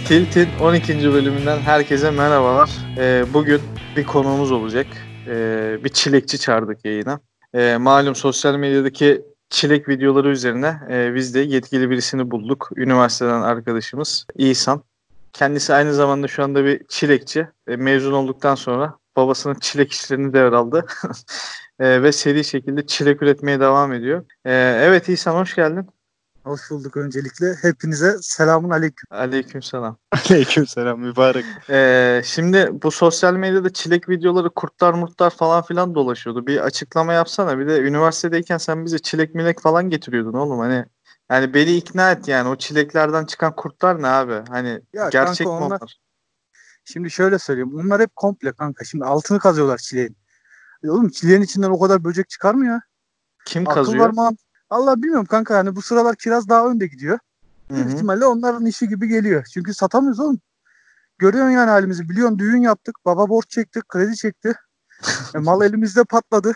Tilt'in 12. bölümünden herkese merhabalar. Bugün bir konuğumuz olacak. Bir çilekçi çağırdık yayına. Malum sosyal medyadaki çilek videoları üzerine biz de yetkili birisini bulduk. Üniversiteden arkadaşımız İhsan. Kendisi aynı zamanda şu anda bir çilekçi. Mezun olduktan sonra babasının çilek işlerini devraldı. Ve seri şekilde çilek üretmeye devam ediyor. Evet İhsan, hoş geldin. Hoş bulduk öncelikle. Hepinize selamun aleyküm. Aleykümselam. Aleykümselam mübarek. Şimdi bu sosyal medyada çilek videoları kurtlar murtlar falan filan dolaşıyordu. Bir açıklama yapsana. Bir de üniversitedeyken sen bize çilek milek falan getiriyordun oğlum. Hani yani beni ikna et yani. O çileklerden çıkan kurtlar ne abi? Hani Ya gerçek kanka mi onlar, onlar? şimdi şöyle söyleyeyim. Bunlar hep komple kanka. Şimdi altını kazıyorlar çileğin. Oğlum çileğin içinden o kadar böcek çıkar mı ya? Kim Akıl var kazıyor? mı? Allah bilmiyorum kanka. Yani bu sıralar kiraz daha önde gidiyor. Büyük Hı hı. ihtimalle onların işi gibi geliyor. Çünkü satamıyoruz oğlum. Görüyorsun yani halimizi. Biliyorsun düğün yaptık. Baba borç çekti. Kredi çekti. Mal elimizde patladı.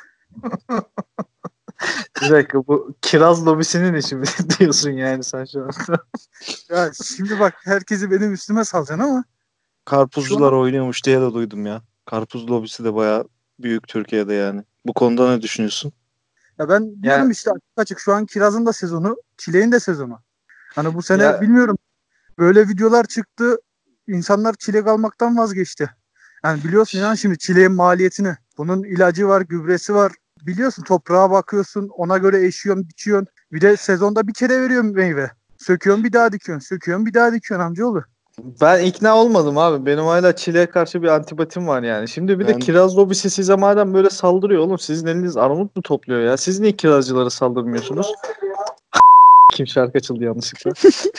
Bir dakika, bu kiraz lobisinin işi mi diyorsun yani sen şu an? Ya şimdi bak herkesi benim üstüme salacaksın ama Karpuzcular şu an oynuyormuş diye de duydum ya. Karpuz lobisi de bayağı büyük Türkiye'de yani. Bu konuda ne düşünüyorsun? ya ben Ya diyorum işte açık açık şu an kirazın da sezonu, çileğin de sezonu. Hani bu sene ya bilmiyorum. Böyle videolar çıktı. İnsanlar çilek almaktan vazgeçti. Yani biliyorsun yani şimdi çileğin maliyetini. Bunun ilacı var, gübresi var. Biliyorsun toprağa bakıyorsun, ona göre eşiyorsun, biçiyorsun. Bir de sezonda bir kere veriyorum meyve. Söküyorsun bir daha dikiyorsun, söküyorsun bir daha dikiyorsun amcaoğlu. ben ikna olmadım abi. Benim hala çileğe karşı bir antipatim var yani. Şimdi bir de Ben kiraz lobisi size madem böyle saldırıyor oğlum. Sizin eliniz armut mu topluyor ya? Siz niye kirazcılara saldırmıyorsunuz? Kim şarkı açıldı yanlışlıkla.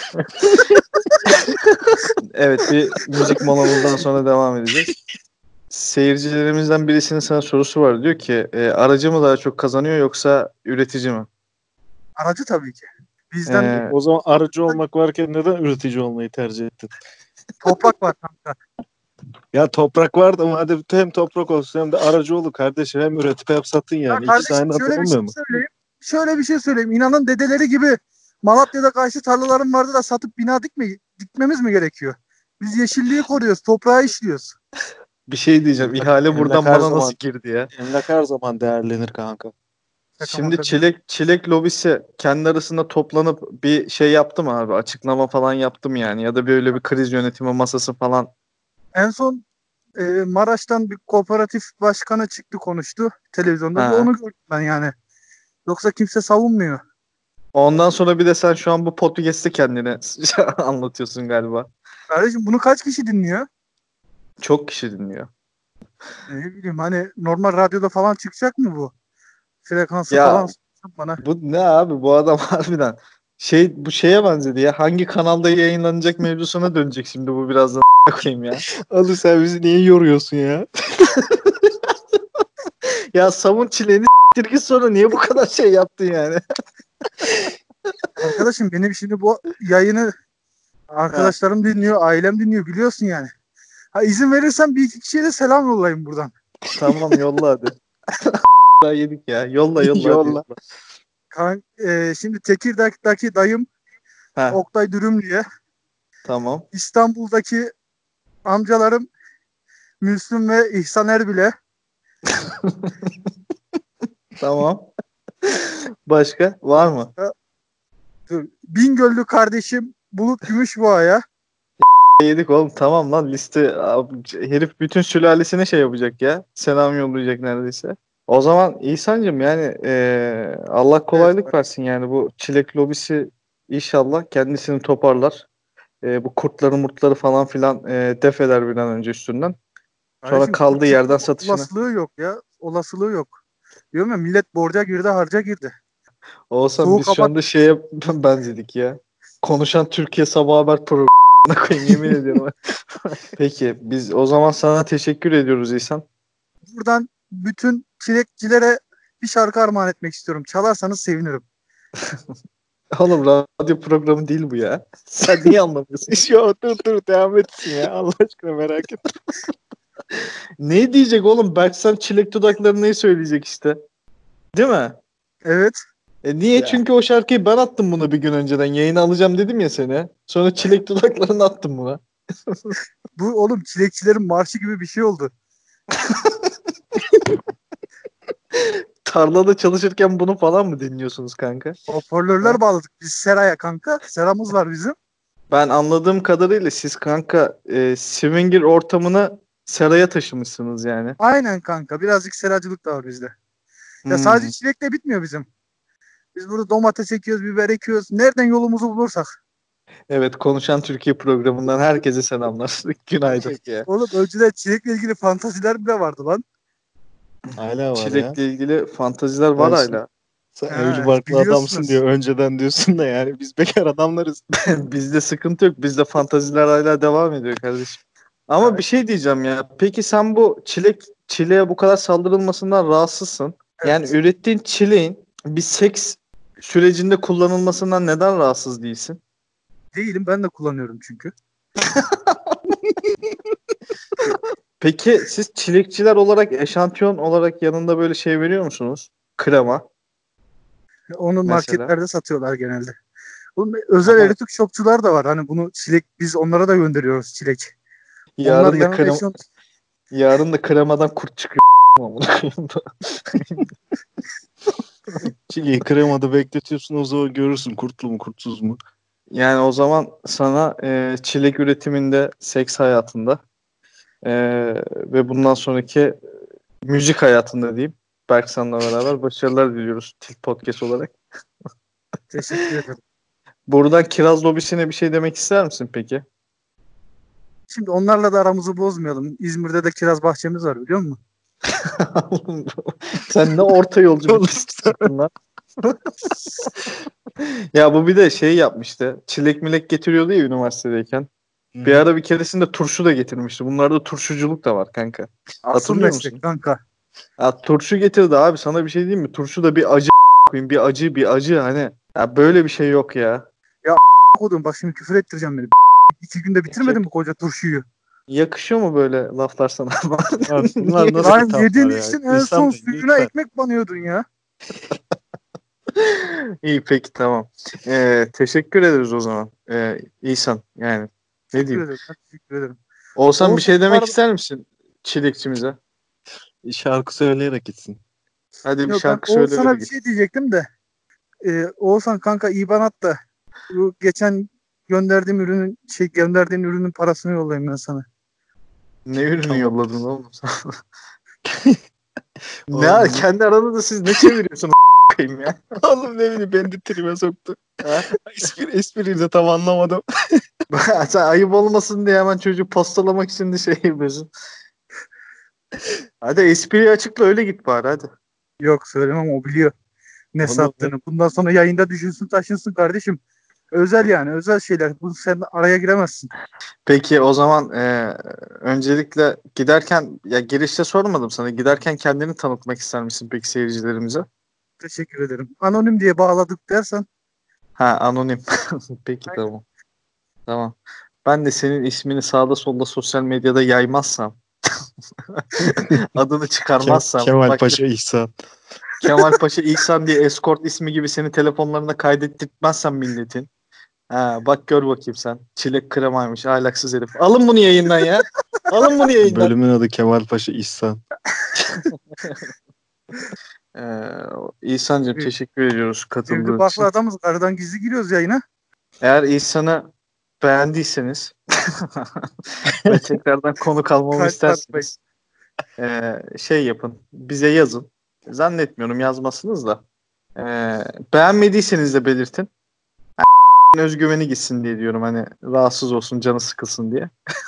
Evet, bir müzik molamızdan sonra devam edeceğiz. Seyircilerimizden birisinin sana sorusu var. Diyor ki aracı mı daha çok kazanıyor yoksa üretici mi? Aracı tabii ki. Bizden E, o zaman aracı olmak varken neden üretici olmayı tercih ettin? toprak var kanka. Ya toprak var da madem hem toprak olsun hem de aracı olur kardeşim. Hem üretip hem satın Ya yani. İkisi kardeşim aynı anda şöyle bir şey olmuyor mu? söyleyeyim. Şöyle bir şey söyleyeyim. İnanın dedeleri gibi Malatya'da kayısı tarlalarım vardı da satıp bina dikmemiz mi gerekiyor? Biz yeşilliği koruyoruz, toprağı işliyoruz. Bir şey diyeceğim. İhale Emlak buradan her bana nasıl zaman girdi ya? emlak her zaman değerlenir kanka. Şaka Şimdi maka bir yana. çilek lobisi kendi arasında toplanıp bir şey yaptı mı abi? Açıklama falan yaptı mı yani? Ya da böyle bir kriz yönetimi masası falan. En son Maraş'tan bir kooperatif başkanı çıktı konuştu televizyonda. Bir Ha. onu gördüm ben yani. Yoksa kimse savunmuyor. Ondan sonra bir de sen şu an bu podcast'te kendini anlatıyorsun galiba. Kardeşim bunu kaç kişi dinliyor? Çok kişi dinliyor. Ne bileyim hani normal radyoda falan çıkacak mı bu? Frekansı Ya falan sorsan bana. bu ne abi, bu adam harbiden bu şeye benzedi ya. Hangi kanalda yayınlanacak mevzusuna dönecek şimdi bu birazdan koyayım ya. Ali sen bizi niye yoruyorsun ya? Ya savun çileğini git sonra niye bu kadar şey yaptın yani? Arkadaşım benim şimdi bu yayını Ha, arkadaşlarım dinliyor, ailem dinliyor biliyorsun yani. Ha izin verirsen bir iki kişiye de selam yollayayım buradan. tamam, yolla hadi. Daha yedik ya. Yolla hadi Yolla. yolla. Şimdi Tekirdağ'daki dayım Ha, Oktay Dürümlü'ye, tamam. İstanbul'daki amcalarım Müslüm ve İhsan Erbil'e, Tamam. Başka var mı? Bingöllü kardeşim Bulut Gümüşboğa'ya, Yedik oğlum, tamam lan, liste abi, herif bütün sülalesine şey yapacak ya. Selam yollayacak neredeyse. O zaman İhsan'cığım yani Allah evet, kolaylık versin yani, bu çilek lobisi inşallah kendisini toparlar. Bu kurtları murtları falan filan def eder bir an önce üstünden. Sonra kardeşim kurt kaldığı çıkma yerden satışını. olasılığı yok ya. Olasılığı yok. Diyorum ya millet borca girdi harca girdi. Oğuzhan, Soğuk biz şu kapat. anda şeye benzedik ya. Konuşan Türkiye Sabah Haber programına koyayım, yemin ediyorum. Peki biz o zaman sana teşekkür ediyoruz İhsan. Buradan bütün çilekçilere bir şarkı armağan etmek istiyorum. Çalarsanız sevinirim. Oğlum radyo programı değil bu ya. Sen niye anlamıyorsun? Yo dur devam etsin ya. Allah aşkına merak etme. Ne diyecek oğlum? Berksan çilek dudakları neyi söyleyecek işte. Değil mi? Evet. Niye? Ya Çünkü o şarkıyı ben attım buna bir gün önceden. Yayına alacağım dedim ya seni. Sonra çilek dudaklarını attım buna. Bu oğlum çilekçilerin marşı gibi bir şey oldu. Tarlada çalışırken bunu falan mı dinliyorsunuz kanka? Hoparlörler Ha? bağladık biz seraya kanka. Seramız var bizim. Ben anladığım kadarıyla siz kanka swinger ortamını seraya taşımışsınız yani. Aynen kanka. Birazcık seracılık da var bizde. Ya sadece Hmm. çilekle bitmiyor bizim. Biz burada domates ekiyoruz, biber ekiyoruz. Nereden yolumuzu bulursak. Evet, Konuşan Türkiye programından herkese selamlar. Günaydın. Oğlum önceden çilekle ilgili fantaziler bile vardı lan. Hala var ya. Çilekle ilgili fantaziler var Ben hala. Sen evli Ha, barklı adamsın biliyorsunuz. diyor. Önceden diyorsun da yani biz bekar adamlarız. Bizde sıkıntı yok. Bizde fantaziler hala devam ediyor kardeşim. Ama bir şey diyeceğim ya. Peki sen bu çileğe bu kadar saldırılmasından rahatsızsın. Yani Evet. ürettiğin çileğin bir seks sürecinde kullanılmasından neden rahatsız değilsin? Değilim ben de kullanıyorum çünkü. Peki siz çilekçiler olarak eşantiyon olarak yanında böyle şey veriyor musunuz? Krema Onu mesela. marketlerde satıyorlar genelde. Oğlum, özel Ama erotik shopçular da var. Hani bunu çilek biz onlara da gönderiyoruz çilek. Onlar yarın da yanında eşant. yarın da kremadan kurt çıkıyor. Amına koyayım da. Çileği kremada bekletiyorsun o zaman görürsün kurtlu mu kurtsuz mu. Yani o zaman sana çilek üretiminde, seks hayatında e, ve bundan sonraki müzik hayatında diyeyim. Berksan'la beraber başarılar diliyoruz Tilt Podcast olarak. Teşekkür ederim. Buradan Kiraz Lobisi'ne bir şey demek ister misin peki? Şimdi onlarla da aramızı bozmayalım. İzmir'de de kiraz bahçemiz var biliyor musun? Sen ne orta yolcu bir pisliksin lan. Ya bu bir de şey yapmıştı. Çilek milek getiriyordu ya üniversitedeyken. Bir ara bir keresinde turşu da getirmişti. Bunlarda turşuculuk da var kanka. Asıl Hatırlıyor meslek musun? kanka. Ya turşu getirdi abi. Sana bir şey diyeyim mi? Turşu da bir acı koyayım. Bir acı hani. Ya böyle bir şey yok ya. Kodum bak şimdi küfür ettireceğim beni. 2 günde bitirmedin mi koca turşuyu? Yakışıyor mu böyle laflar sana? Bunlar nasıl Lan hitaplar yedin ya? içtin en İhsan son Bey suyuna lütfen. ekmek banıyordun ya. İyi peki tamam. Teşekkür ederiz o zaman. İhsan yani ne Teşekkür diyeyim. ederim. Ben teşekkür ederim. Olsan bir Oğuzhan şey bu demek arada ister misin çilekçimize? Şarkı söyleyerek gitsin. Hadi bir yok, ben şarkı söyle öyle Oğuzhan'a bir git. şey diyecektim de. Oğuzhan kanka İban at da bu geçen gönderdiğin ürünün parasını yollayayım ben sana. Ne ürünü Tamam. yolladın oğlum sen? Oğlum, Kendi aranızda siz ne çeviriyorsunuz a**ayım ya? oğlum ne bileyim beni de tribe soktu. Ha? Espriyi de tam anlamadım. Sen ayıp olmasın diye hemen çocuğu postalamak için de şey yapıyorsun. Hadi espriyi açıkla öyle git bari hadi. Yok söylemem o biliyor ne Oğlum sattığını. Bundan sonra yayında düşünsün taşınsın kardeşim. Özel yani özel şeyler. Bunu sen araya giremezsin. Peki o zaman öncelikle giderken ya girişte sormadım sana. Giderken kendini tanıtmak ister misin peki seyircilerimize? Teşekkür ederim. Anonim diye bağladık dersen. Ha anonim. Peki Aynen. tamam. Tamam. Ben de senin ismini sağda solda sosyal medyada yaymazsam, adını çıkarmazsam, Kemal bak Paşa İhsan. Kemal Paşa İhsan diye eskort ismi gibi seni telefonlarına kaydettirtmezsem milletin. Ha, bak gör bakayım sen. Çilek kremaymış, ahlaksız herif. Alın bunu yayından ya. Alın bunu yayından. Bölümün adı Kemal Paşa İhsan. İhsan'cığım teşekkür ediyoruz Evli katıldığın barklı için. adamız. Aradan gizli giriyoruz yayına. Eğer İhsan'ı beğendiyseniz ve tekrardan konuk almamı Kalp atmayın. isterseniz şey yapın. Bize yazın. Zannetmiyorum yazmasınız da. Beğenmediyseniz de belirtin. Özgüveni gitsin diye diyorum hani rahatsız olsun canı sıkılsın diye.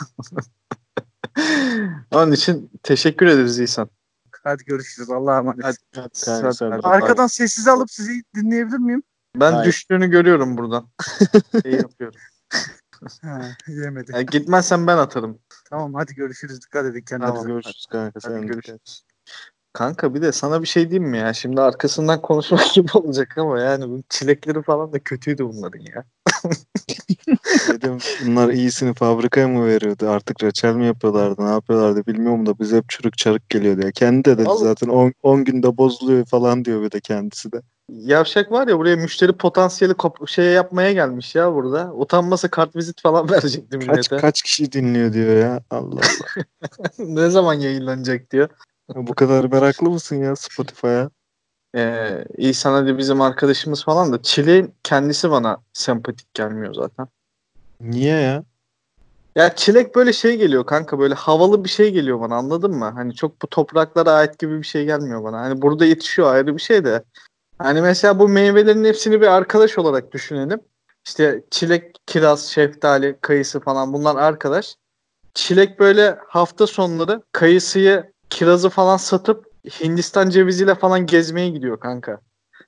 Onun için teşekkür ederiz İhsan. Hadi görüşürüz. Allah'a Hadi, emanet. Hadi kanka sen de. hadi, bay. Arkadan sessize alıp sizi dinleyebilir miyim? Ben Hayır. düştüğünü görüyorum buradan. İyi yapıyorum. Ha, yemedi. Gitmezsen ben atarım. Tamam hadi görüşürüz. Dikkat edin Hadi kendinize. görüşürüz kanka. Hadi Sen de. görüşürüz. Kanka bir de sana bir şey diyeyim mi ya? Şimdi arkasından konuşmak gibi olacak ama yani bu çilekleri falan da kötüydü bunların ya. Dedim bunlar iyisini fabrikaya mı veriyordu? Artık reçel mi yapıyorlardı? Ne yapıyorlardı bilmiyorum da bize hep çürük çarık geliyordu ya. Kendi de dedi Vallahi zaten 10 günde bozuluyor falan diyor bir de kendisi de. yavşak var ya, buraya müşteri potansiyeli şey yapmaya gelmiş ya burada. Utanmasa kartvizit falan verecekti millete. Kaç kişi dinliyor diyor ya. Allah Allah. Ne zaman yayınlanacak diyor. Ya bu kadar meraklı mısın ya Spotify'a? İhsan hadi bizim arkadaşımız falan da Çilek'in kendisi bana sempatik gelmiyor zaten. Niye ya? Ya Çilek böyle şey geliyor kanka, böyle havalı bir şey geliyor bana, anladın mı? Hani çok bu topraklara ait gibi bir şey gelmiyor bana. Hani burada yetişiyor ayrı bir şey de. Hani mesela bu meyvelerin hepsini bir arkadaş olarak düşünelim. İşte çilek, kiraz, şeftali, kayısı falan bunlar arkadaş. Çilek böyle hafta sonları kayısıyı, kirazı falan satıp Hindistan ceviziyle falan gezmeye gidiyor kanka.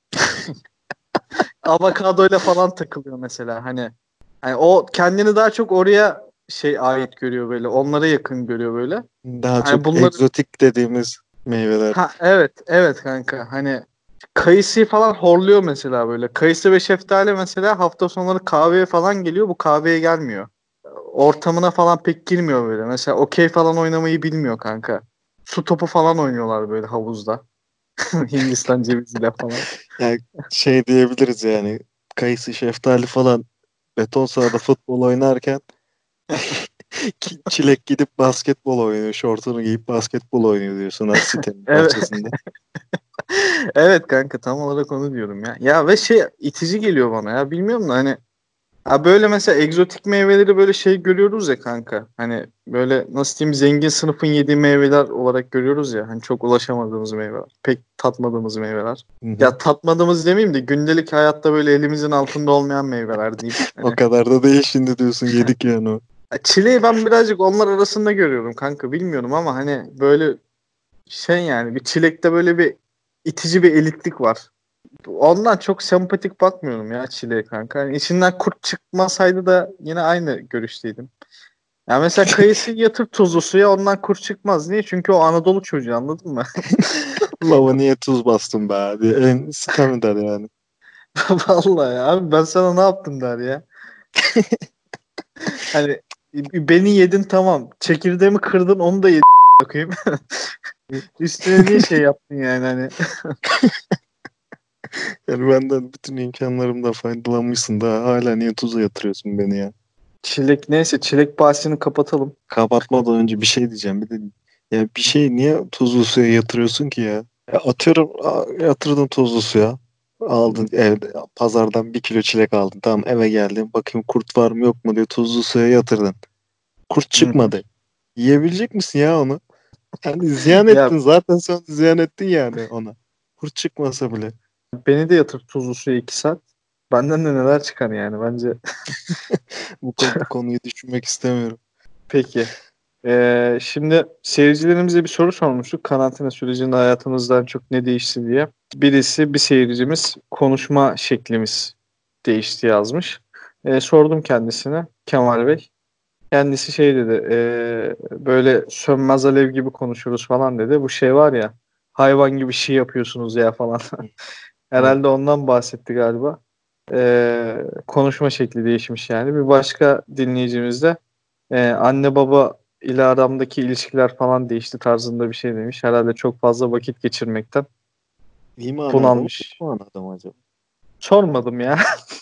Avokadoyla falan takılıyor mesela hani o kendini daha çok oraya şey ait görüyor böyle. Onlara yakın görüyor böyle. Daha Hani çok bunları egzotik dediğimiz meyveler. ha evet evet kanka, hani kayısıyı falan horluyor mesela böyle. Kayısı ve şeftali mesela hafta sonları kahveye falan geliyor. Bu kahveye gelmiyor. Ortamına falan pek girmiyor böyle. Mesela okey falan oynamayı bilmiyor kanka. Su topu falan oynuyorlar böyle havuzda. Hindistan ceviziyle falan. Yani şey diyebiliriz yani kayısı, şeftali falan beton sahada futbol oynarken Çilek gidip basketbol oynuyor. Şortunu giyip basketbol oynuyor diyorsun ha sitenin Evet. bahçesinde. Evet kanka, tam olarak onu diyorum ya. Ya ve şey itici geliyor bana ya. Bilmiyorum da hani ha böyle mesela egzotik meyveleri böyle şey görüyoruz ya kanka. Hani böyle nasıl diyeyim, zengin sınıfın yediği meyveler olarak görüyoruz ya. Hani çok ulaşamadığımız meyveler. Pek tatmadığımız meyveler. Hı hı. Ya tatmadığımız demeyeyim de gündelik hayatta böyle elimizin altında olmayan meyveler diyeyim. O Hani kadar da değil şimdi diyorsun yedik yani o. çileği ben birazcık onlar arasında görüyorum kanka. Bilmiyorum ama hani böyle şey, yani bir çilekte böyle bir itici bir elitlik var. Ondan çok sempatik bakmıyorum ya çileğe kanka. Hani içinden kurt çıkmasaydı da yine aynı görüşteydim. Ya mesela kayısı yatır tuzlu suya, ondan kurt çıkmaz. Niye? Çünkü o Anadolu çocuğu, anladın mı? Lava niye tuz bastın be diye en sitem eder yani. Vallahi ya abi, ben sana ne yaptım der ya. Hani beni yedin tamam. Çekirdeğimi kırdın, onu da yedin bakayım. Üstüne niye şey yaptın yani hani. Yani benden bütün imkanlarımda faydalanmışsın da hala niye tuza yatırıyorsun beni ya? Çilek neyse, çilek bahsini kapatalım. Kapatmadan önce bir şey diyeceğim. Bir de ya bir şey niye tuzlu suya yatırıyorsun ki ya? Ya atıyorum yatırdın tuzlu suya. Aldın evde pazardan 1 kilo çilek aldın. Tamam eve geldin. Bakayım kurt var mı yok mu diye tuzlu suya yatırdın. Kurt Hı hı. çıkmadı. Yiyebilecek misin ya onu? Yani ziyan Ya ettin. Zaten sen ziyan ettin yani ona. Kurt çıkmasa bile. beni de yatır tuzlu suya 2 saat. Benden de neler çıkar yani bence. Bu konuyu düşünmek istemiyorum. Peki. Şimdi seyircilerimize bir soru sormuştuk. Karantina sürecinde hayatımızdan çok ne değişti diye. Bir seyircimiz konuşma şeklimiz değişti yazmış. Sordum kendisine, Kemal Bey. Kendisi şey dedi, böyle sönmez alev gibi konuşuruz falan dedi. Bu şey var ya, hayvan gibi şey yapıyorsunuz ya falan. Evet. Herhalde ondan bahsetti galiba. Konuşma şekli değişmiş yani. Bir başka dinleyicimiz de anne baba ile aramdaki ilişkiler falan değişti tarzında bir şey demiş. Herhalde çok fazla vakit geçirmekten İyi manada mı kötü bunalmış. manada mı acaba? Sormadım ya.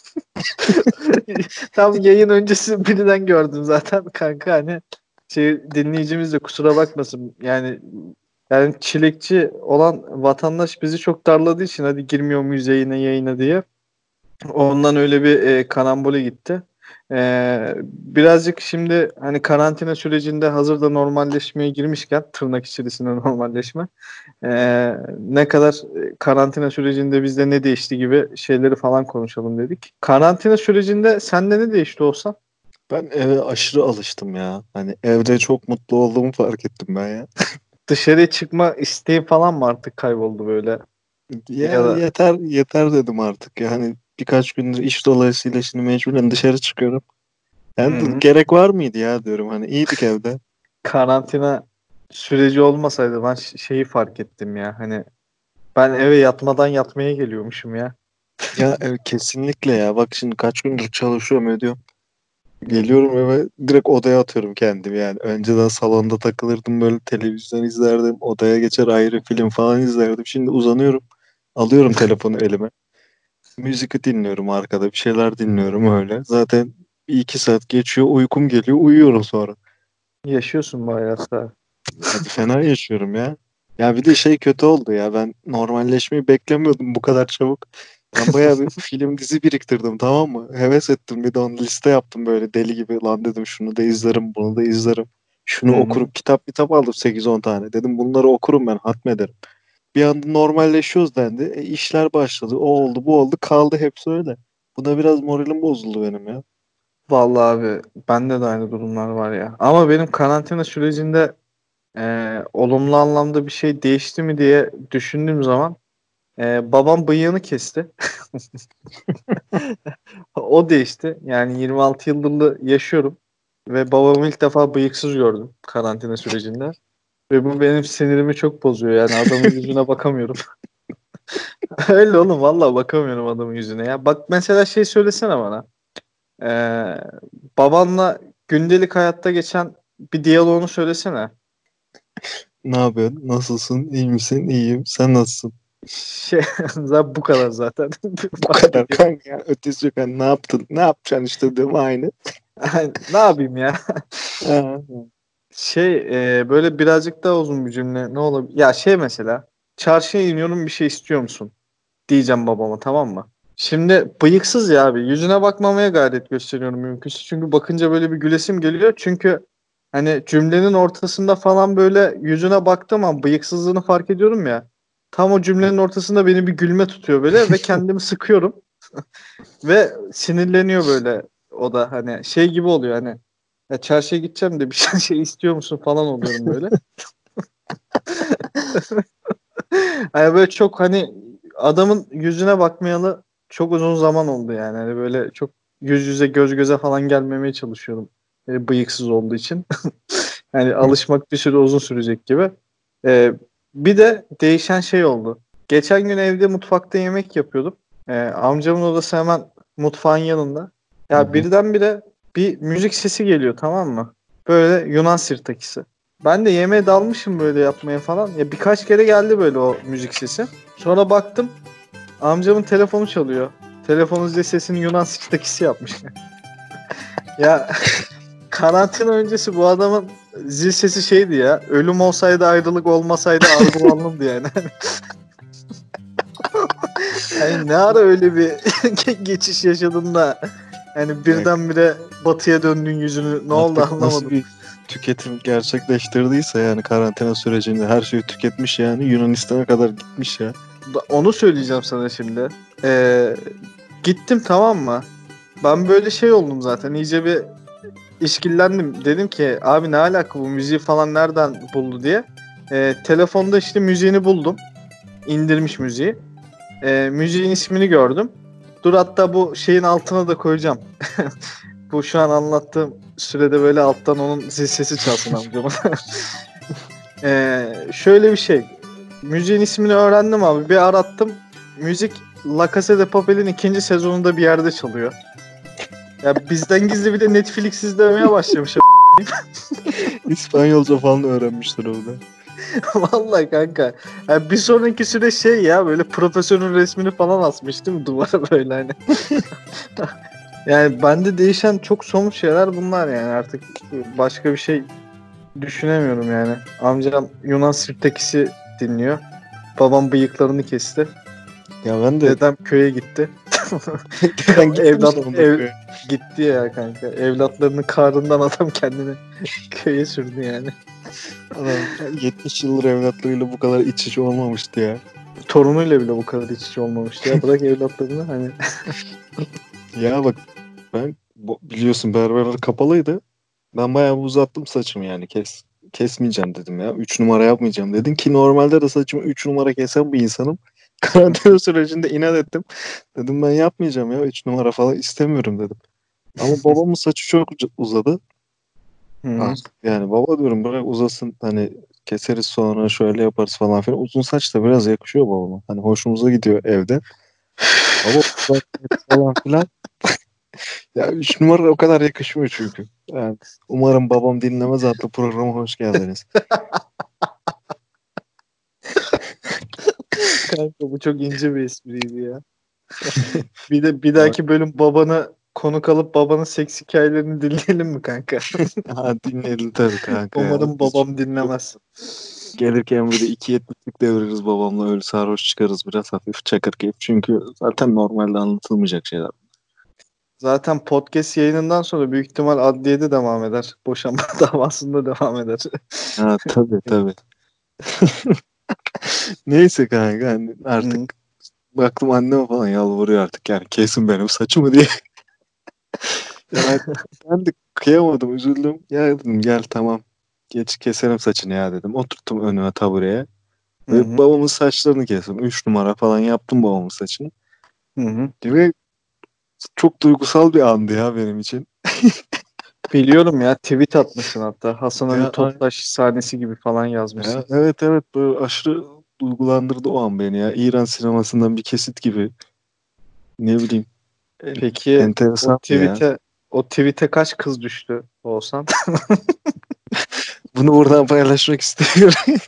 Tam yayın öncesi birden gördüm zaten kanka, hani şey, dinleyicimiz de kusura bakmasın. Yani çilekçi olan vatandaş bizi çok darladığı için hadi girmiyor muyuz yayına diye. Ondan öyle bir karambole gitti. Birazcık şimdi hani karantina sürecinde hazırda normalleşmeye girmişken, tırnak içerisinde normalleşme. Ne kadar karantina sürecinde bizde ne değişti gibi şeyleri falan konuşalım dedik. Karantina sürecinde sende ne değişti olsa? Ben eve aşırı alıştım ya. Hani evde çok mutlu olduğumu fark ettim ben ya. Dışarıya çıkma isteği falan mı artık kayboldu böyle? Ya Ya da yeter yeter dedim artık. Yani birkaç gündür iş dolayısıyla şimdi mecburen dışarı çıkıyorum. Yani hı, gerek var mıydı ya diyorum. Hani iyiydik evde. karantina süreci olmasaydı ben şeyi fark ettim ya. Hani ben eve yatmadan yatmaya geliyormuşum ya. Ya kesinlikle ya. Bak şimdi kaç gündür çalışıyorum ediyorum. Geliyorum eve direkt odaya atıyorum kendimi yani. Önceden salonda takılırdım böyle televizyon izlerdim. Odaya geçer ayrı film falan izlerdim. Şimdi uzanıyorum. Alıyorum telefonu elime. Müzik dinliyorum arkada bir şeyler dinliyorum öyle. Zaten bir iki saat geçiyor uykum geliyor uyuyorum sonra. Yaşıyorsun bu hayatta. Hadi fena yaşıyorum ya. Ya bir de şey kötü oldu ya ben normalleşmeyi beklemiyordum bu kadar çabuk. Ben bayağı bir film dizi biriktirdim tamam mı? Heves ettim bir de onu liste yaptım böyle deli gibi. Lan dedim şunu da izlerim bunu da izlerim. Hı Şunu hı. okurum kitap aldım 8-10 tane. Dedim bunları okurum ben hatmederim. Bir anda normalleşiyoruz dendi. İşler başladı. O oldu bu oldu kaldı hepsi öyle. Buna biraz moralim bozuldu benim ya. Vallahi abi bende de aynı durumlar var ya. Ama benim karantina sürecinde olumlu anlamda bir şey değişti mi diye düşündüğüm zaman babam bıyığını kesti. O değişti. Yani 26 yıldır yaşıyorum ve babamı ilk defa bıyıksız gördüm karantina sürecinde. Ve bu benim sinirimi çok bozuyor. Yani adamın yüzüne bakamıyorum. Öyle oğlum vallahi bakamıyorum adamın yüzüne ya. Bak mesela şey söylesene bana. Ee, Babanla gündelik hayatta geçen bir diyaloğunu söylesene. Ne yapıyorsun? Nasılsın? İyi misin? İyiyim. Sen nasılsın? Şey, zaten bu kadar zaten. Bu Başka kadar bir kanka ya. Ötesi yok. Hani ne yaptın? Ne yapacaksın işte diyorum aynı. ne yapayım ya? Ha. Şey böyle birazcık daha uzun bir cümle ne olabilir? Ya şey mesela çarşıya iniyorum bir şey istiyor musun? Diyeceğim babama tamam mı? Şimdi bıyıksız ya abi yüzüne bakmamaya gayret gösteriyorum mümkünse. Çünkü bakınca böyle bir gülesim geliyor. Çünkü hani cümlenin ortasında falan böyle yüzüne baktığım an bıyıksızlığını fark ediyorum ya. Tam o cümlenin ortasında beni bir gülme tutuyor böyle ve kendimi sıkıyorum. Ve sinirleniyor böyle o da hani şey gibi oluyor hani ya çarşıya gideceğim de bir şey istiyor musun falan oluyorum böyle. Hani böyle çok hani adamın yüzüne bakmayalı çok uzun zaman oldu yani. Hani böyle çok yüz yüze göz göze falan gelmemeye çalışıyorum. Bıyıksız olduğu için. Yani alışmak bir süre uzun sürecek gibi. Ee, Bir de değişen şey oldu. Geçen gün evde mutfakta yemek yapıyordum. Amcamın odası hemen mutfağın yanında. Hı Ya hı. birdenbire bir müzik sesi geliyor tamam mı? Böyle Yunan sirtakisi. Ben de yemeğe dalmışım böyle yapmaya falan. Ya birkaç kere geldi böyle o müzik sesi. Sonra baktım amcamın telefonu çalıyor. Telefonun zil sesini Yunan sirtakisi yapmış. Ya karantina öncesi bu adamın zil sesi şeydi ya. Ölüm olsaydı ayrılık olmasaydı arzulandım yani. Hani ne ara öyle bir geçiş yaşadın da hani Ya birdenbire batıya döndün yüzünü ne oldu artık nasıl anlamadım. bir tüketim gerçekleştirdiyse yani karantina sürecinde her şeyi tüketmiş yani Yunanistan'a kadar gitmiş ya. Onu söyleyeceğim sana şimdi. Ee, Gittim tamam mı? Ben böyle şey oldum zaten iyice bir işkillendim. Dedim ki abi ne alaka bu müziği falan nereden buldu diye. Telefonda işte müziğini buldum. İndirmiş müziği. Müziğin ismini gördüm. Dur hatta bu şeyin altına da koyacağım. Bu şu an anlattığım sürede böyle alttan onun zil sesi çalsın amcama. Şöyle bir şey. Müziğin ismini öğrendim abi. Bir arattım. Müzik La Casa de Papel'in ikinci sezonunda bir yerde çalıyor. Ya bizden gizli bir de Netflix izlemeye başlamış. İspanyolca falan öğrenmişler orada. Vallahi kanka. Ya bir sonraki süre şey ya böyle profesörün resmini falan asmış değil mi duvara böyle hani. Yani bende değişen çok somut şeyler bunlar yani artık başka bir şey düşünemiyorum yani. Amcam Yunan Sirtekisi dinliyor. Babam bıyıklarını kesti. Ya ben de Dedem köye gitti. deden gitmemiş Evlat sonunda ev köye. gitti ya kanka. Evlatlarının karnından adam kendini köye sürdü yani. Adam 70 yıldır evlatlarıyla bu kadar iç içe olmamıştı ya. Torunuyla bile bu kadar iç içe olmamıştı ya. Bırak evlatlarını hani. Ya bak ben biliyorsun berberler kapalıydı. Ben bayağı bir uzattım saçımı yani kesmeyeceğim dedim ya. 3 numara yapmayacağım dedim ki normalde de saçımı 3 numara kesen bir insanım. Karantina sürecinde inat ettim. Dedim ben yapmayacağım ya 3 numara falan istemiyorum dedim. Ama babamın saçı çok uzadı. Hı hı. Artık yani baba diyorum bırak uzasın hani keseriz sonra şöyle yaparız falan filan. Uzun saç da biraz yakışıyor babama. Hani hoşumuza gidiyor evde. Baba falan filan. Ya 3 numara o kadar yakışmıyor çünkü. Yani umarım babam dinlemez adlı programa hoş geldiniz. Kanka bu çok ince bir espriydi ya. Bir Bak, dahaki bölüm babanı konuk alıp babanın seks hikayelerini dinleyelim mi kanka? ha, dinleyelim tabii kanka ya. Umarım Biz babam çok dinlemez. gelirken bir de 2.70'lik deviririz babamla, öyle sarhoş çıkarız biraz hafif çakır keyif. Çünkü zaten normalde anlatılmayacak şeyler. Zaten podcast yayınından sonra büyük ihtimal adliyede devam eder. Boşanma davasında devam eder. Ha tabii tabii. Neyse kanka, hani artık Hı. baktım anneme falan yalvarıyor artık, yani kesin benim saçımı diye. Ya ben de kıyamadım, üzüldüm. Ya dedim gel tamam, geç keselim saçını ya dedim. Oturttum önüme tabureye Hı ve hı. babamın saçlarını kestim. 3 numara falan yaptım babamın saçını. Hı hı. Ve çok duygusal bir andı ya benim için. Biliyorum ya, tweet atmışsın hatta. Hasan Ali Ya, Toptaş sahnesi gibi falan ya yazmışsın. evet evet, böyle aşırı duygulandırdı o an beni ya. İran sinemasından bir kesit gibi. Ne bileyim. Peki o Enteresandı ya. tweet'e o tweet'e kaç kız düştü olsan? Bunu buradan paylaşmak istiyorum.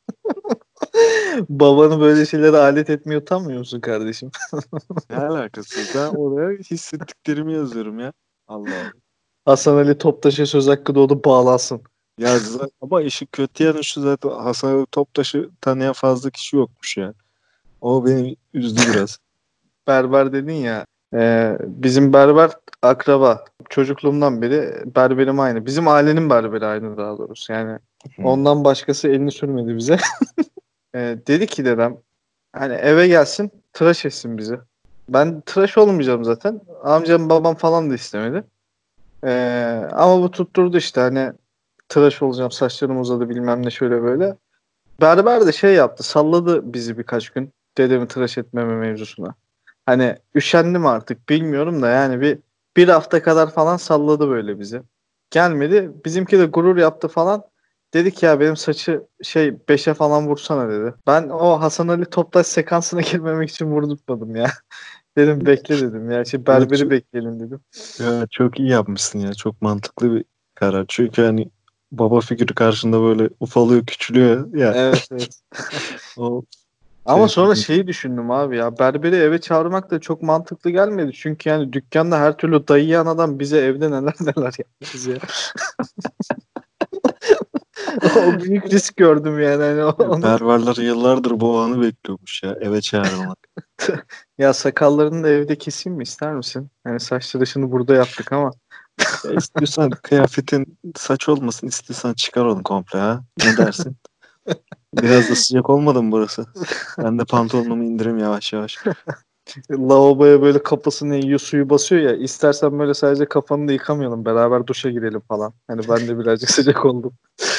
Babanı böyle şeylere alet etmeye utanmıyor musun kardeşim? Ne alakası? Ben oraya hissettiklerimi yazıyorum ya. Allah Allah. Hasan Ali Toptaş'a söz hakkı doğdu, bağlansın. Ya ama işi kötü yanı şu, zaten Hasan Toptaş'ı tanıyan fazla kişi yokmuş ya. O beni üzdü biraz. Berber dedin ya. Bizim berber akraba. Çocukluğumdan beri berberim aynı. Bizim ailenin berberi aynı daha doğrusu. Yani Hmm. ondan başkası elini sürmedi bize. Dedi ki dedem, hani eve gelsin tıraş etsin bizi. Ben tıraş olmayacağım zaten. Amcam babam falan da istemedi. Ama bu tutturdu işte, hani tıraş olacağım, saçlarım uzadı bilmem ne şöyle böyle. Berber de şey yaptı, salladı bizi birkaç gün dedemi tıraş etmeme mevzusuna. Hani üşendi mi artık bilmiyorum da yani bir hafta kadar falan salladı böyle bizi. Gelmedi. Bizimki de gurur yaptı falan. Dedik ya benim saçı şey 5'e falan vursana dedi. Ben o Hasan Ali Toptaş sekansına girmemek için vurdurtmadım ya. Dedim bekle dedim ya. Şey Evet, berberi bekleyelim dedim. ya çok iyi yapmışsın ya. Çok mantıklı bir karar. Çünkü hani baba figürü karşında böyle ufalıyor, küçülüyor ya. Evet, evet. O Ama şey sonra yapıyor. şeyi düşündüm abi ya. Berberi eve çağırmak da çok mantıklı gelmedi. Çünkü yani dükkanda her türlü dayayan adam bize evde neler neler yapmaz ya. O büyük risk gördüm yani. Hani onu. Berberler yıllardır bu anı bekliyormuş ya, eve çağrılmak. Ya sakallarını da evde keseyim mi ister misin? Yani saç tıraşını burada yaptık ama. Ya istiyorsan kıyafetin saç olmasın, istiyorsan çıkar onu komple ha. Ne dersin? Biraz da sıcak olmadı mı burası? Ben de pantolonumu indireyim yavaş yavaş. Lavaboya böyle kafasını yiyor, suyu basıyor ya. İstersen böyle sadece kafanı da yıkamayalım. Beraber duşa girelim falan. Hani ben de birazcık sıcak oldum.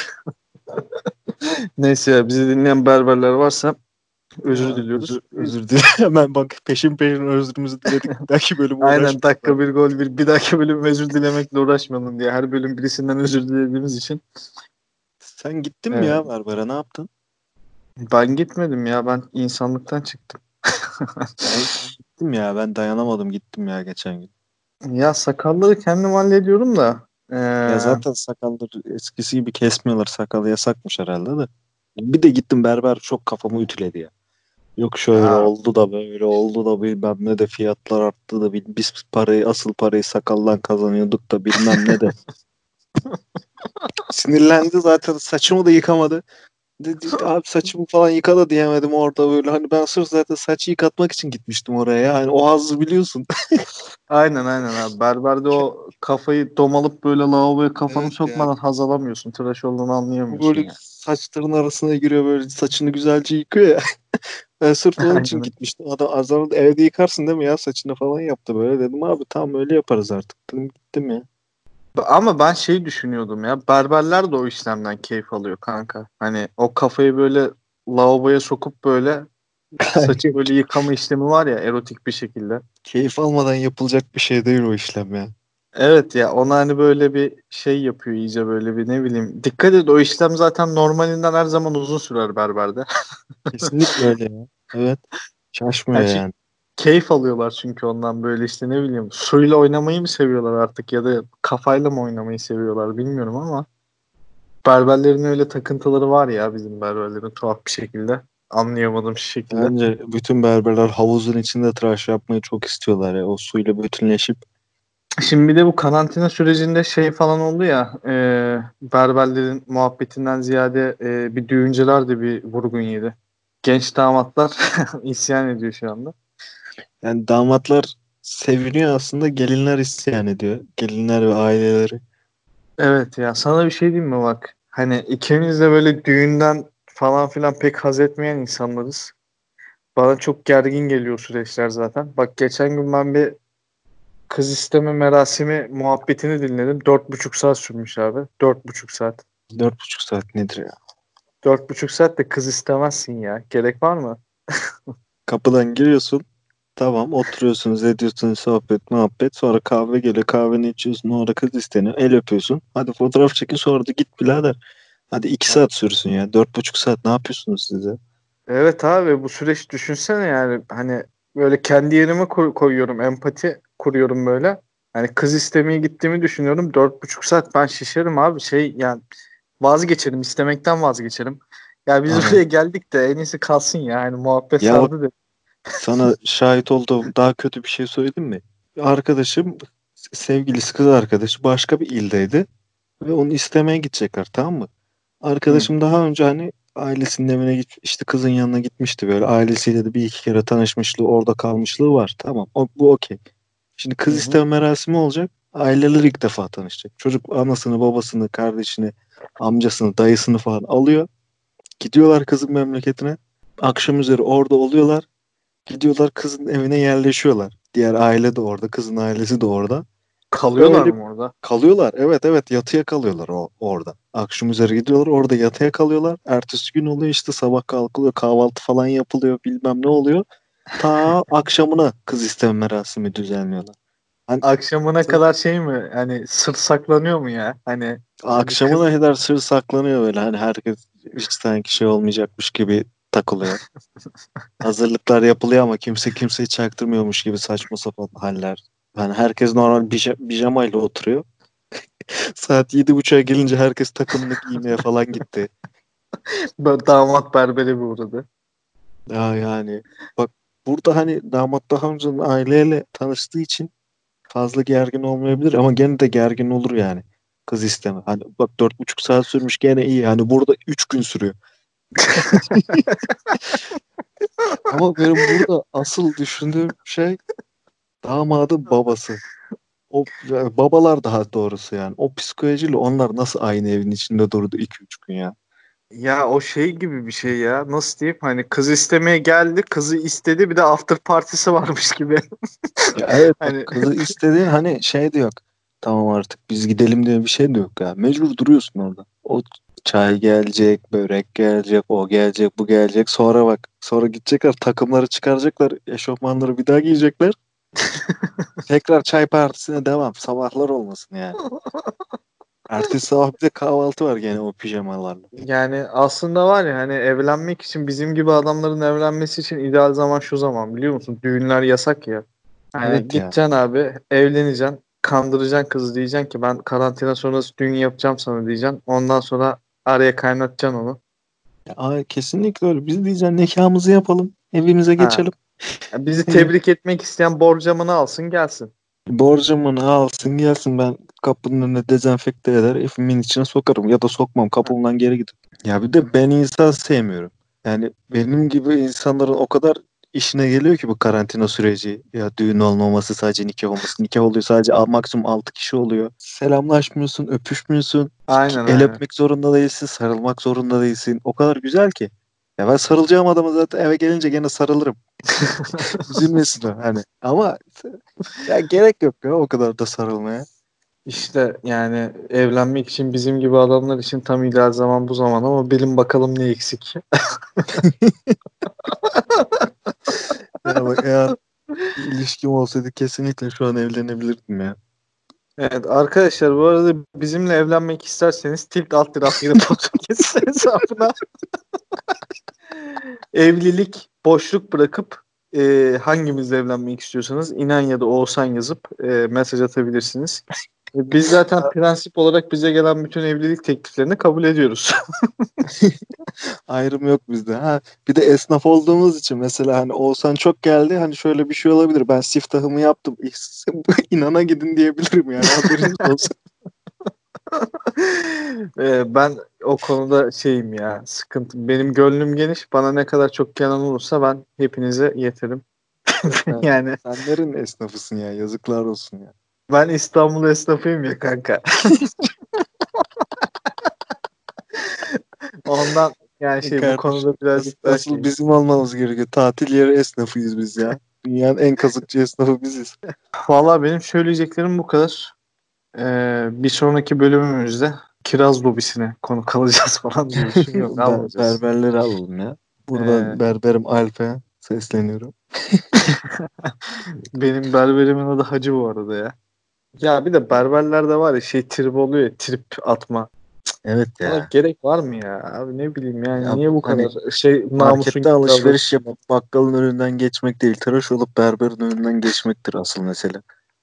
Neyse ya, bizi dinleyen berberler varsa özür Ya, diliyoruz. özür dilerim. Hemen bak, peşin peşin özrümüzü diledik. Belki bölüm Aynen, uğraşmayalım. dakika bir gol bir dahaki bölüm özür dilemekle uğraşmayalım diye. Her bölüm birisinden özür dilediğimiz için. Sen gittin mi Ee, ya berbere, ne yaptın? Ben gitmedim ya, ben insanlıktan çıktım. Ben gittim ya, ben dayanamadım, gittim ya geçen gün. Ya sakalları kendim hallediyorum da. Ya zaten sakalları eskisi gibi kesmiyorlar, sakalı yasakmış herhalde de. Bir de gittim, berber çok kafamı ütüledi ya. Yok şöyle Ya, oldu da böyle oldu da bilmem ne de fiyatlar arttı da biz parayı, asıl parayı sakaldan kazanıyorduk da bilmem ne de. Sinirlendi zaten, saçımı da yıkamadı. Dedi, abi saçımı falan yıka da diyemedim orada böyle. Hani ben sırf zaten saçı yıkatmak için gitmiştim oraya ya. Hani o hazzı biliyorsun. aynen aynen abi. Berberde o kafayı domalıp böyle lavaboya kafanı Evet ya. sokmadan haz alamıyorsun. Tıraş olduğunu Bu anlayamıyorsun böyle ya. saçların arasına giriyor, böyle saçını güzelce yıkıyor ya. Ben sırf onun için Aynen. gitmiştim. Adam azarladı, evde yıkarsın değil mi ya saçını falan yaptı böyle. Dedim abi tamam, öyle yaparız artık. Dedim, gittim ya. Ama ben şey düşünüyordum ya. Berberler de o işlemden keyif alıyor kanka. Hani o kafayı böyle lavaboya sokup böyle saçı böyle yıkama işlemi var ya, erotik bir şekilde. Keyif almadan yapılacak bir şey değil o işlem ya. Evet ya, ona hani böyle bir şey yapıyor iyice, böyle bir ne bileyim. Dikkat et, o işlem zaten normalinden her zaman uzun sürer berberde. Kesinlikle öyle ya. Evet. Şaşmıyor Yani yani. Keyif alıyorlar çünkü ondan, böyle işte ne bileyim, suyla oynamayı mı seviyorlar artık ya da kafayla mı oynamayı seviyorlar bilmiyorum ama berberlerin öyle takıntıları var ya, bizim berberlerin, tuhaf bir şekilde. Anlayamadığım şekilde. Bence bütün berberler havuzun içinde tıraş yapmayı çok istiyorlar ya. O suyla bütünleşip. Şimdi bir de bu karantina sürecinde şey falan oldu ya, berberlerin muhabbetinden ziyade bir düğüncüler de bir vurgun yedi. Genç damatlar isyan ediyor şu anda. Yani damatlar seviniyor aslında, gelinler isyan ediyor. Gelinler ve aileleri. Evet ya, sana bir şey diyeyim mi bak. Hani ikimiz de böyle düğünden falan filan pek haz etmeyen insanlarız. Bana çok gergin geliyor süreçler zaten. Bak geçen gün ben bir kız isteme merasimi muhabbetini dinledim. 4,5 saat sürmüş abi. 4,5 saat. 4,5 saat nedir ya? 4,5 saat de kız istemezsin ya. Gerek var mı? Kapıdan giriyorsun. Tamam, oturuyorsunuz, ediyorsunuz, sohbet muhabbet, sonra kahve geliyor, kahveni içiyorsun, orada kız isteniyor, el öpüyorsun, hadi fotoğraf çekin, sonra da git birader. Hadi 2 saat sürsün ya, 4,5 saat ne yapıyorsunuz siz ya? Evet abi, bu süreç düşünsene yani, hani böyle kendi yerime koyuyorum, empati kuruyorum böyle. Hani kız istemeye gittiğimi düşünüyorum, 4,5 saat ben şişerim abi, şey yani, vazgeçerim, istemekten vazgeçerim. Ya biz Aynen. buraya geldik de en iyisi kalsın ya, hani muhabbet Ya bak, sardı de. sana şahit olduğum daha kötü bir şey söyleyeyim mi? Bir arkadaşım, sevgilisi, kız arkadaşı başka bir ildeydi ve onu istemeye gidecekler, tamam mı? Hı. Arkadaşım daha önce hani ailesinin evine git, işte kızın yanına gitmişti, böyle ailesiyle de bir iki kere tanışmışlığı, orada kalmışlığı var, tamam, bu okey. Şimdi Hı kız hı. isteme merasimi olacak. Aileler ilk defa tanışacak. Çocuk anasını, babasını, kardeşini, amcasını, dayısını falan alıyor. Gidiyorlar kızın memleketine. Akşam üzeri orada oluyorlar. Gidiyorlar kızın evine yerleşiyorlar. Diğer aile de orada, kızın ailesi de orada. Kalıyorlar Öyle mı orada? kalıyorlar. Evet, evet, yatıya kalıyorlar orada. Akşam üzeri gidiyorlar, orada yatıya kalıyorlar. Ertesi gün oluyor, işte sabah kalkılıyor, kahvaltı falan yapılıyor, bilmem ne oluyor. Ta akşamına kız isteme merasimi düzenliyorlar. Hani Akşamına kadar şey mi? Hani sır saklanıyor mu ya? Hani akşamına kız kadar sır saklanıyor böyle. Hani herkes hiç sanki şey olmayacakmış gibi takılıyor. Hazırlıklar yapılıyor ama kimse kimseyi çaktırmıyormuş gibi saçma sapan haller. Yani herkes normal pijamayla oturuyor. Saat 7.30'a gelince herkes takımını giymeye falan gitti. böyle damat berbere bir uğradı. Ya yani bak, burada hani damat daha önce aileyle tanıştığı için fazla gergin olmayabilir ama gene de gergin olur yani. Kız isteme. Hani bak, 4,5 saat sürmüş, gene iyi. Hani burada 3 gün sürüyor. Ama benim burada asıl düşündüğüm şey damadın babası. O yani babalar daha doğrusu yani. O psikolojiyle onlar nasıl aynı evin içinde durdu 2-3 gün ya. Ya o şey gibi bir şey ya. Nasıl diyeyim? Hani kız istemeye geldi, kızı istedi, bir de after partisi varmış gibi. Ya evet bak, Hani kızı istediğin hani şey de yok. Tamam artık biz gidelim diye bir şey de yok ya. Mecbur duruyorsun orada. O çay gelecek, börek gelecek, o gelecek, bu gelecek. Sonra bak, sonra gidecekler, takımları çıkaracaklar, eşofmanları bir daha giyecekler. Tekrar çay partisine devam. Sabahlar olmasın yani. Ertesi sabah bir de kahvaltı var gene o pijamalarla. yani aslında var ya, hani evlenmek için, bizim gibi adamların evlenmesi için ideal zaman şu zaman, biliyor musun? Düğünler yasak ya. Hani Evet ya. gideceksin abi, evleneceksin, kandıracaksın kızı, diyeceksin ki ben karantina sonrası düğün yapacağım sana, diyeceksin. Ondan sonra araya kaynatacaksın onu. Kesinlikle öyle. Biz diyeceğiz nikahımızı yapalım, evimize Ha. geçelim. Bizi Hani tebrik etmek isteyen borcamını alsın gelsin. borcumunu alsın gelsin, ben kapının önüne dezenfekte eder, evimin içine sokarım ya da sokmam, Hı kapımdan geri giderim. Ya bir hı. de ben insan sevmiyorum. Yani benim gibi insanların o kadar işine geliyor ki bu karantina süreci. Ya düğün olmaması, sadece nikah olması. Nikah oluyor sadece, maksimum 6 kişi oluyor. Selamlaşmıyorsun, öpüşmüyorsun. Aynen El aynen. öpmek zorunda değilsin, sarılmak zorunda değilsin. O kadar güzel ki. Ya ben sarılacağım adamı zaten eve gelince gene sarılırım. Üzülmesin o hani. Ama ya gerek yok ya o kadar da sarılmaya. İşte yani evlenmek için bizim gibi adamlar için tam ideal zaman bu zaman, ama bilin bakalım ne eksik. Ya bak, eğer bir ilişkim olsaydı kesinlikle şu an evlenebilirdim ya. Evet arkadaşlar, bu arada bizimle evlenmek isterseniz Tilt Alt Taraf Yeni Podcast hesabına evlilik boşluk bırakıp hangimizle evlenmek istiyorsanız İnan ya da Oğuzhan yazıp mesaj atabilirsiniz. Biz zaten prensip olarak bize gelen bütün evlilik tekliflerini kabul ediyoruz. Ayrım yok bizde. Ha, bir de esnaf olduğumuz için mesela hani Oğuzhan çok geldi, hani şöyle bir şey olabilir. Ben siftahımı yaptım. İnana gidin diyebilirim yani, haberiniz olsun. Ben o konuda şeyim ya, sıkıntı. Benim gönlüm geniş. Bana ne kadar çok gelen olursa ben hepinize yeterim. Sen, Yani sen nerenin esnafısın ya? Yazıklar olsun ya. ben İstanbul esnafıyım ya kanka. Ondan yani bu Kardeşim, konuda birazcık daha asıl şey. bizim olmamız gerekiyor. Tatil yeri esnafıyız biz ya. Dünyanın en kazıkçı esnafı biziz. Valla benim söyleyeceklerim bu kadar. Bir sonraki bölümümüzde kiraz lobisine konu kalacağız falan diye düşünüyorum. Ne yapacağız? Berberleri alalım ya. Ee, Buradan berberim Alp'e sesleniyorum. Benim berberimin adı Hacı bu arada ya. Ya bir de berberlerde var ya trip oluyor ya, trip atma. Evet Ona ya. gerek var mı ya? Abi ne bileyim yani Ya niye bu hani kadar namusun markette gibi alışveriş davranıyorsun? yapıp bakkalın önünden geçmek değil, tıraş olup berberin önünden geçmektir asıl mesele.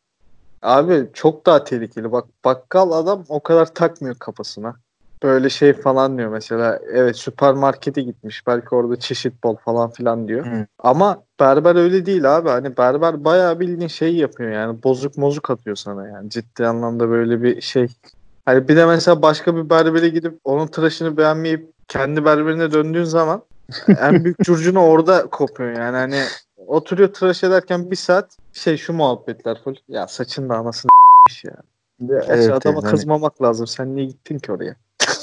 Abi çok daha tehlikeli. Bak bakkal adam o kadar takmıyor kafasına. Böyle falan diyor mesela. Evet süpermarkete gitmiş. Belki orada çeşit bol falan filan diyor. Hı. Ama berber öyle değil abi. Hani berber bayağı bildiğin yapıyor yani. Bozuk mozuk atıyor sana yani. Ciddi anlamda böyle bir şey. Hani bir de mesela başka bir berbere gidip onun tıraşını beğenmeyip kendi berberine döndüğün zaman en büyük curcuna orada kopuyor yani. Hani oturuyor tıraş ederken bir saat şu muhabbetler full. Ya saçın da anasını ya. Gerçi Evet, adama evet, hani kızmamak lazım. Sen niye gittin ki oraya?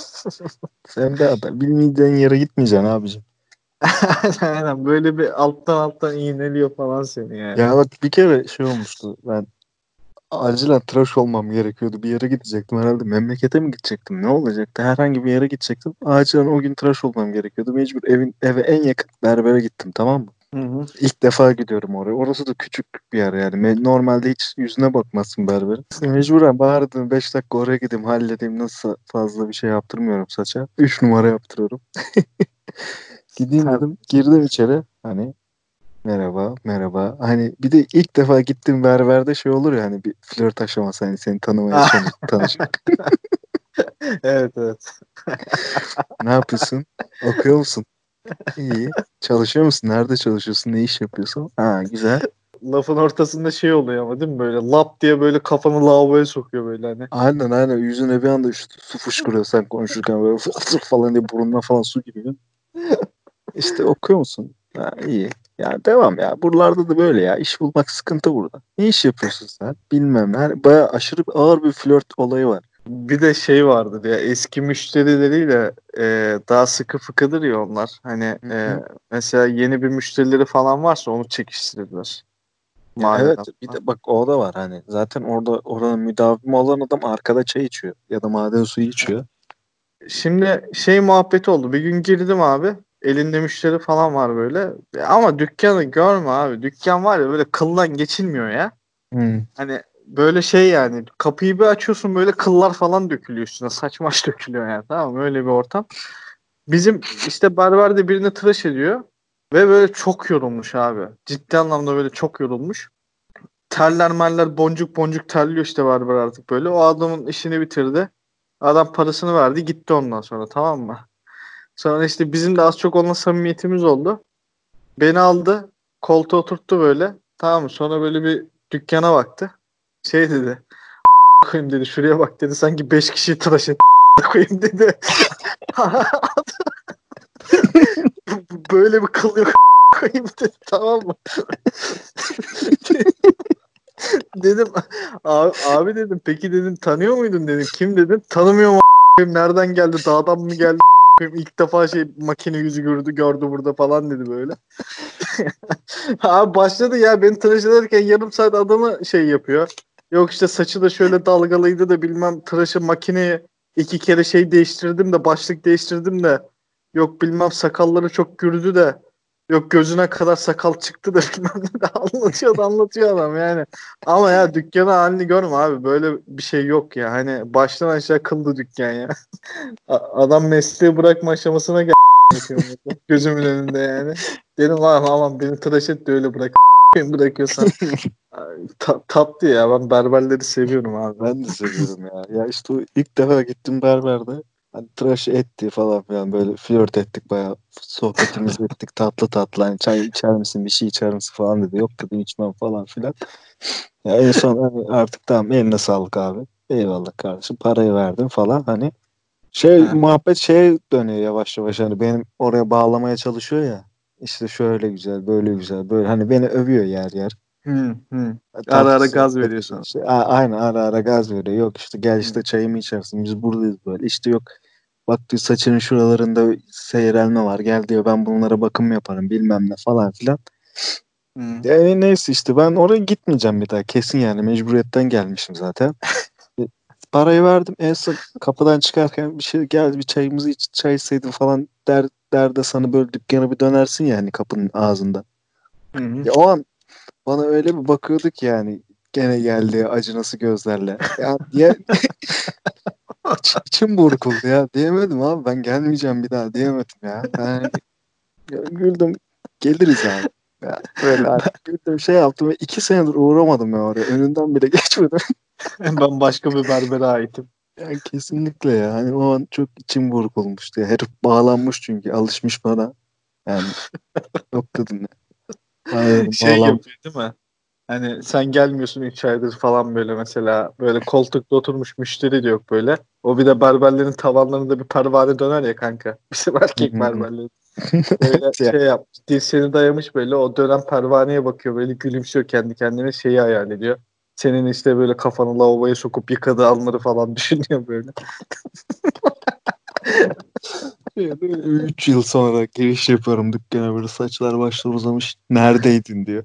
sen de adam bilmeyeceğin yere gitmeyeceksin abicim. Aynen böyle bir alttan iğneliyor falan seni yani. Ya bak, bir kere şey olmuştu. Ben acilen tıraş olmam gerekiyordu. Bir yere gidecektim herhalde. Memlekete mi gidecektim? Ne olacaktı? Herhangi bir yere gidecektim. Acilen o gün tıraş olmam gerekiyordu. Mecbur eve en yakın berbere gittim, tamam mı? Hı hı. İlk defa gidiyorum oraya. Orası da küçük bir yer yani. Normalde hiç yüzüne bakmazsın berberin. Mecburen bari dedim 5 dakika oraya gideyim halledeyim. Nasıl fazla bir şey yaptırmıyorum saça. 3 numara yaptırıyorum. Gideyim Sen, dedim. Girdim içeri. Hani merhaba, merhaba. Hani bir de ilk defa gittim berberde şey olur ya, hani bir flört aşaması, hani seni tanımaya tanışmak. evet evet. Ne yapıyorsun? Okuyor musun? İyi. Çalışıyor musun? Nerede çalışıyorsun? Ne iş yapıyorsun? Ha, güzel. Lafın ortasında oluyor ama değil mi? Böyle lap diye böyle kafanı lavaboya sokuyor böyle hani. Aynen, aynen. Yüzüne bir anda su fışkırıyor sen konuşurken, böyle fısır falan diye burnuna falan su giriyor. İşte okuyor musun? Ha, iyi. Ya devam ya. Buralarda da böyle ya. İş bulmak sıkıntı burada. Ne iş yapıyorsun sen? Bilmem ne. Yani bayağı aşırı ağır bir flört olayı var. Bir de vardır ya eski müşterileriyle daha sıkı fıkıdır ya onlar. Hani Hı hı. mesela yeni bir müşterileri falan varsa onu çekiştirirler Ya evet, mahalleden bir falan. de bak o da var hani. Zaten oranın müdavimi olan adam arkada çay içiyor. Ya da maden suyu içiyor. Şimdi muhabbeti oldu. Bir gün girdim abi. Elinde müşteri falan var böyle. Ama dükkanı görme abi. Dükkan var ya böyle kıldan geçilmiyor ya. Hı. Hani böyle yani kapıyı bir açıyorsun böyle kıllar falan dökülüyor üstüne. Saç maç dökülüyor yani, tamam mı? Öyle bir ortam. Bizim berber de birini tıraş ediyor. Ve böyle çok yorulmuş abi. Ciddi anlamda böyle çok yorulmuş. Terler merler boncuk boncuk terliyor berber artık böyle. O adamın işini bitirdi. Adam parasını verdi gitti ondan sonra, tamam mı? Sonra bizim de az çok onunla samimiyetimiz oldu. Beni aldı koltuğa oturttu böyle. Tamam mı? Sonra böyle bir dükkana baktı. Dedi. Koyayım dedi. Şuraya bak dedi. Sanki 5 kişiyi tıraş et koyayım dedi. Böyle bir kıl yok koyayım dedi. Tamam mı? Dedim abi dedim peki dedim tanıyor muydun dedim. Kim dedim. Tanımıyorum a**ayım. Nereden geldi? Dağdan mı geldi a**ayım? İlk defa makine yüzü gördü burada falan dedi böyle. Abi başladı ya beni tıraş ederken yarım saat adamı yapıyor. Yok saçı da şöyle dalgalıydı da bilmem tıraşı makineye 2 kere değiştirdim de başlık değiştirdim de yok bilmem sakalları çok gürdü de yok gözüne kadar sakal çıktı da bilmem ne de anlatıyor adam yani. Ama ya dükkanı halini görme abi böyle bir şey yok ya hani baştan aşağı kıldı dükkan ya. Adam mesleği bırakma aşamasına geldi koyayım burada. Gözümün önünde yani. Dedim aman beni tıraş et de öyle bırak. Bırakıyorsan. Tatlı ya. Ben berberleri seviyorum abi. Ben de seviyorum ya. Ya işte o ilk defa gittim berberde. Hani tıraş etti falan filan böyle flört ettik bayağı. Sohbetimizi ettik tatlı tatlı. Hani çay içer misin bir şey içer misin falan dedi. Yok dedim içmem falan filan. Ya en son hani artık tamam eline sağlık abi. Eyvallah kardeşim parayı verdim falan hani. Ha. Muhabbet dönüyor yavaş yavaş hani benim oraya bağlamaya çalışıyor ya. İşte şöyle güzel böyle güzel böyle hani beni övüyor yer yer. Hı. Ara Tatlı ara gaz sohbet veriyor ediyor sana. işte. Aynen ara ara gaz veriyor. Yok işte gel Hı. işte çayımı içersin biz buradayız böyle. İşte yok bak diyor saçının şuralarında seyrelme var. Gel diyor ben bunlara bakım yaparım bilmem ne falan filan. Hı. Neyse işte ben oraya gitmeyeceğim bir daha kesin yani mecburiyetten gelmişim zaten. Parayı verdim. En son kapıdan çıkarken bir şey gel bir çayımızı iç, çay içseydin falan der de sana böyle dükkana bir dönersin ya hani kapının ağzında. Hı. Ya o an bana öyle bir bakıyordu ki yani gene geldi acınası gözlerle. Ya diye içim burkuldu ya. Diyemedim abi ben gelmeyeceğim bir daha diyemedim ya. Yani güldüm geliriz abi. Ya böyle artık güldüm şey yaptım ve 2 senedir uğramadım ya oraya. Önünden bile geçmedim. Ben başka bir berbere aitim. Yani kesinlikle ya. Hani o an çok içim burkulmuştu ya. Herif bağlanmış çünkü alışmış bana. Yani yok dedim ya. Bana dedim Şey bağlan. yapıyor değil mi? Hani sen gelmiyorsun 3 aydır falan böyle mesela böyle koltukta oturmuş müşteri de yok böyle. O bir de berberlerin tavanlarında bir pervane döner ya kanka. Bizim Hı erkek hı hı. berberleri. Böyle Evet ya. şey yapmış. Dirseğini dayamış böyle o dönen pervaneye bakıyor böyle gülümsüyor kendi kendine şeyi hayal ediyor. Senin işte böyle kafanı lavaboya sokup yıkadığı anları falan düşünüyor böyle. 3 yıl sonra giriş yapıyorum dükkana böyle saçlar başlar uzamış. Neredeydin diyor.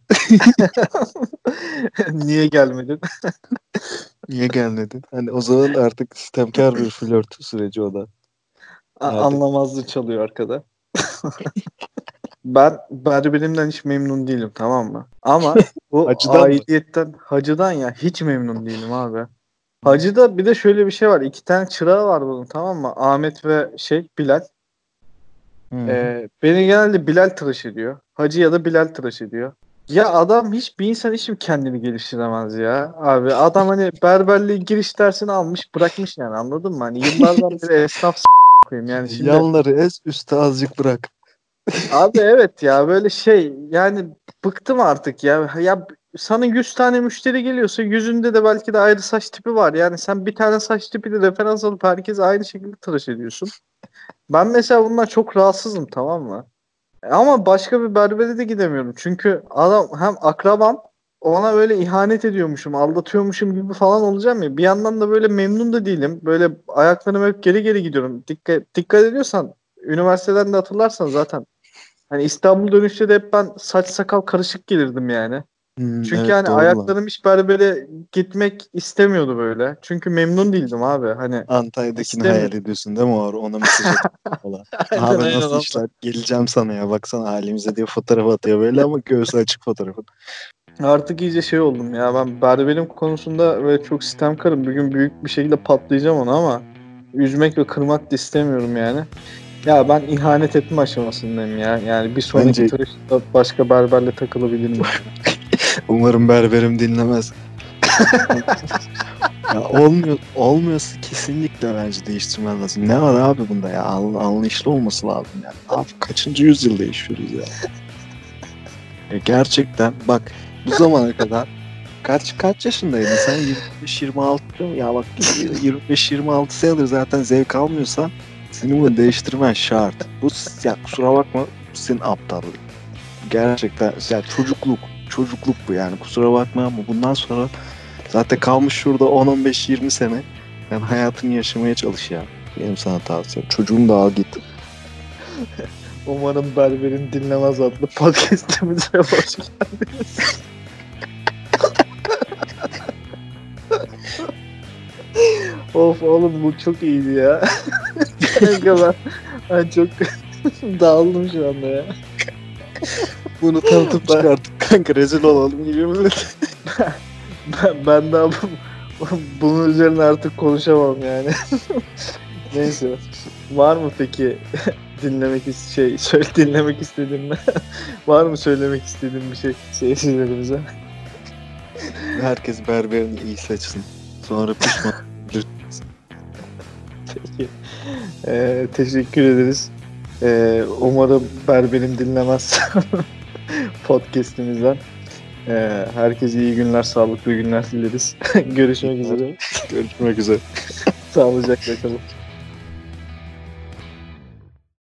Niye gelmedin? Niye gelmedin? Hani o zaman artık sistemkar bir flört süreci o da. Nerede? Anlamazlık çalıyor arkada. Ben berberimden hiç memnun değilim, tamam mı? Ama bu Acıdan mı? aidiyetten hacıdan ya hiç memnun değilim abi. Hacıda bir de şöyle bir şey var. İki tane çırağı var bunun, tamam mı? Ahmet ve Bilal. Hı hı. Beni genelde Bilal tıraş ediyor. Hacı ya da Bilal tıraş ediyor. Ya adam hiçbir insan hiç mi kendini geliştiremez ya? Abi adam hani berberliğe giriş dersini almış bırakmış yani, anladın mı? Hani yıllardan beri esnaf koyayım yani şimdi. Yanları ez, üstü azıcık bırak. Abi evet ya böyle şey yani bıktım artık ya. Ya sana 100 tane müşteri geliyorsa yüzünde de belki de ayrı saç tipi var. Yani sen bir tane saç tipi de referans alıp herkese aynı şekilde tıraş ediyorsun. Ben mesela bundan çok rahatsızım, tamam mı? Ama başka bir berbere de gidemiyorum. Çünkü adam hem akrabam, ona böyle ihanet ediyormuşum, aldatıyormuşum gibi falan olacağım ya. Bir yandan da böyle memnun da değilim. Böyle ayaklarım hep geri geri gidiyorum. Dikkat ediyorsan üniversiteden de hatırlarsan zaten hani İstanbul dönüşte de hep ben saç sakal karışık gelirdim yani. Çünkü Evet hani doğru lan. ayaklarım hiç berbere gitmek istemiyordu böyle. Çünkü memnun değildim abi. Hani Antalya'dakini hayal istemiyorum. ediyorsun değil mi o ara? Ona mesaj atıyor falan. Aynen Abi aynen nasıl ondan. işler? Geleceğim sana ya. Baksana halimize diye fotoğraf atıyor böyle ama göğsü açık fotoğrafı. Artık iyice şey oldum ya. Ben berberim konusunda böyle çok sistemkarım. Bir gün büyük bir şekilde patlayacağım onu ama üzmek ve kırmak da istemiyorum yani. Ya ben ihanet etme aşamasındayım ya. Yani bir sonraki Bence tıraşta başka berberle takılabilirim yani. umarım berberim dinlemez. Ya olmuyorsa kesinlikle bence değiştirmen lazım. Ne var abi bunda ya? Anlayışlı olması lazım yani. Abi kaçıncı yüzyılda yaşıyoruz ya? Gerçekten bak bu zamana kadar kaç yaşındaydın sen? 25-26 mı? Ya bak 25-26 senedir zaten zevk almıyorsan senin bunu değiştirmen şart. Ya kusura bakma bu senin aptallığın. Gerçekten ya çocukluk bu yani kusura bakma ama bundan sonra zaten kalmış şurada 10-15-20 sene. Yani hayatını yaşamaya çalış ya. Benim sana tavsiyem. Çocuğunu da al git. Umarım berberin dinlemez adlı podcast'imize hoş geldiniz. Of oğlum bu çok iyiydi ya. Kanka ben çok dağıldım şu anda ya. Bunu tanıtıp Ben, çıkartıp kanka rezil olalım gibi mi? ben daha bunun üzerine artık konuşamam yani. Neyse. Var mı peki dinlemek istediğim mi? Var mı söylemek istediğim bir şey seyircilerimize? Herkes berberini iyi seçsin. Sonra pişman. Peki. Teşekkür ederiz. Umarım berberim dinlemez podcast'imizden. Herkese iyi günler, sağlıklı günler dileriz. Görüşmek üzere. Görüşmek üzere. Sağlıcakla kalın.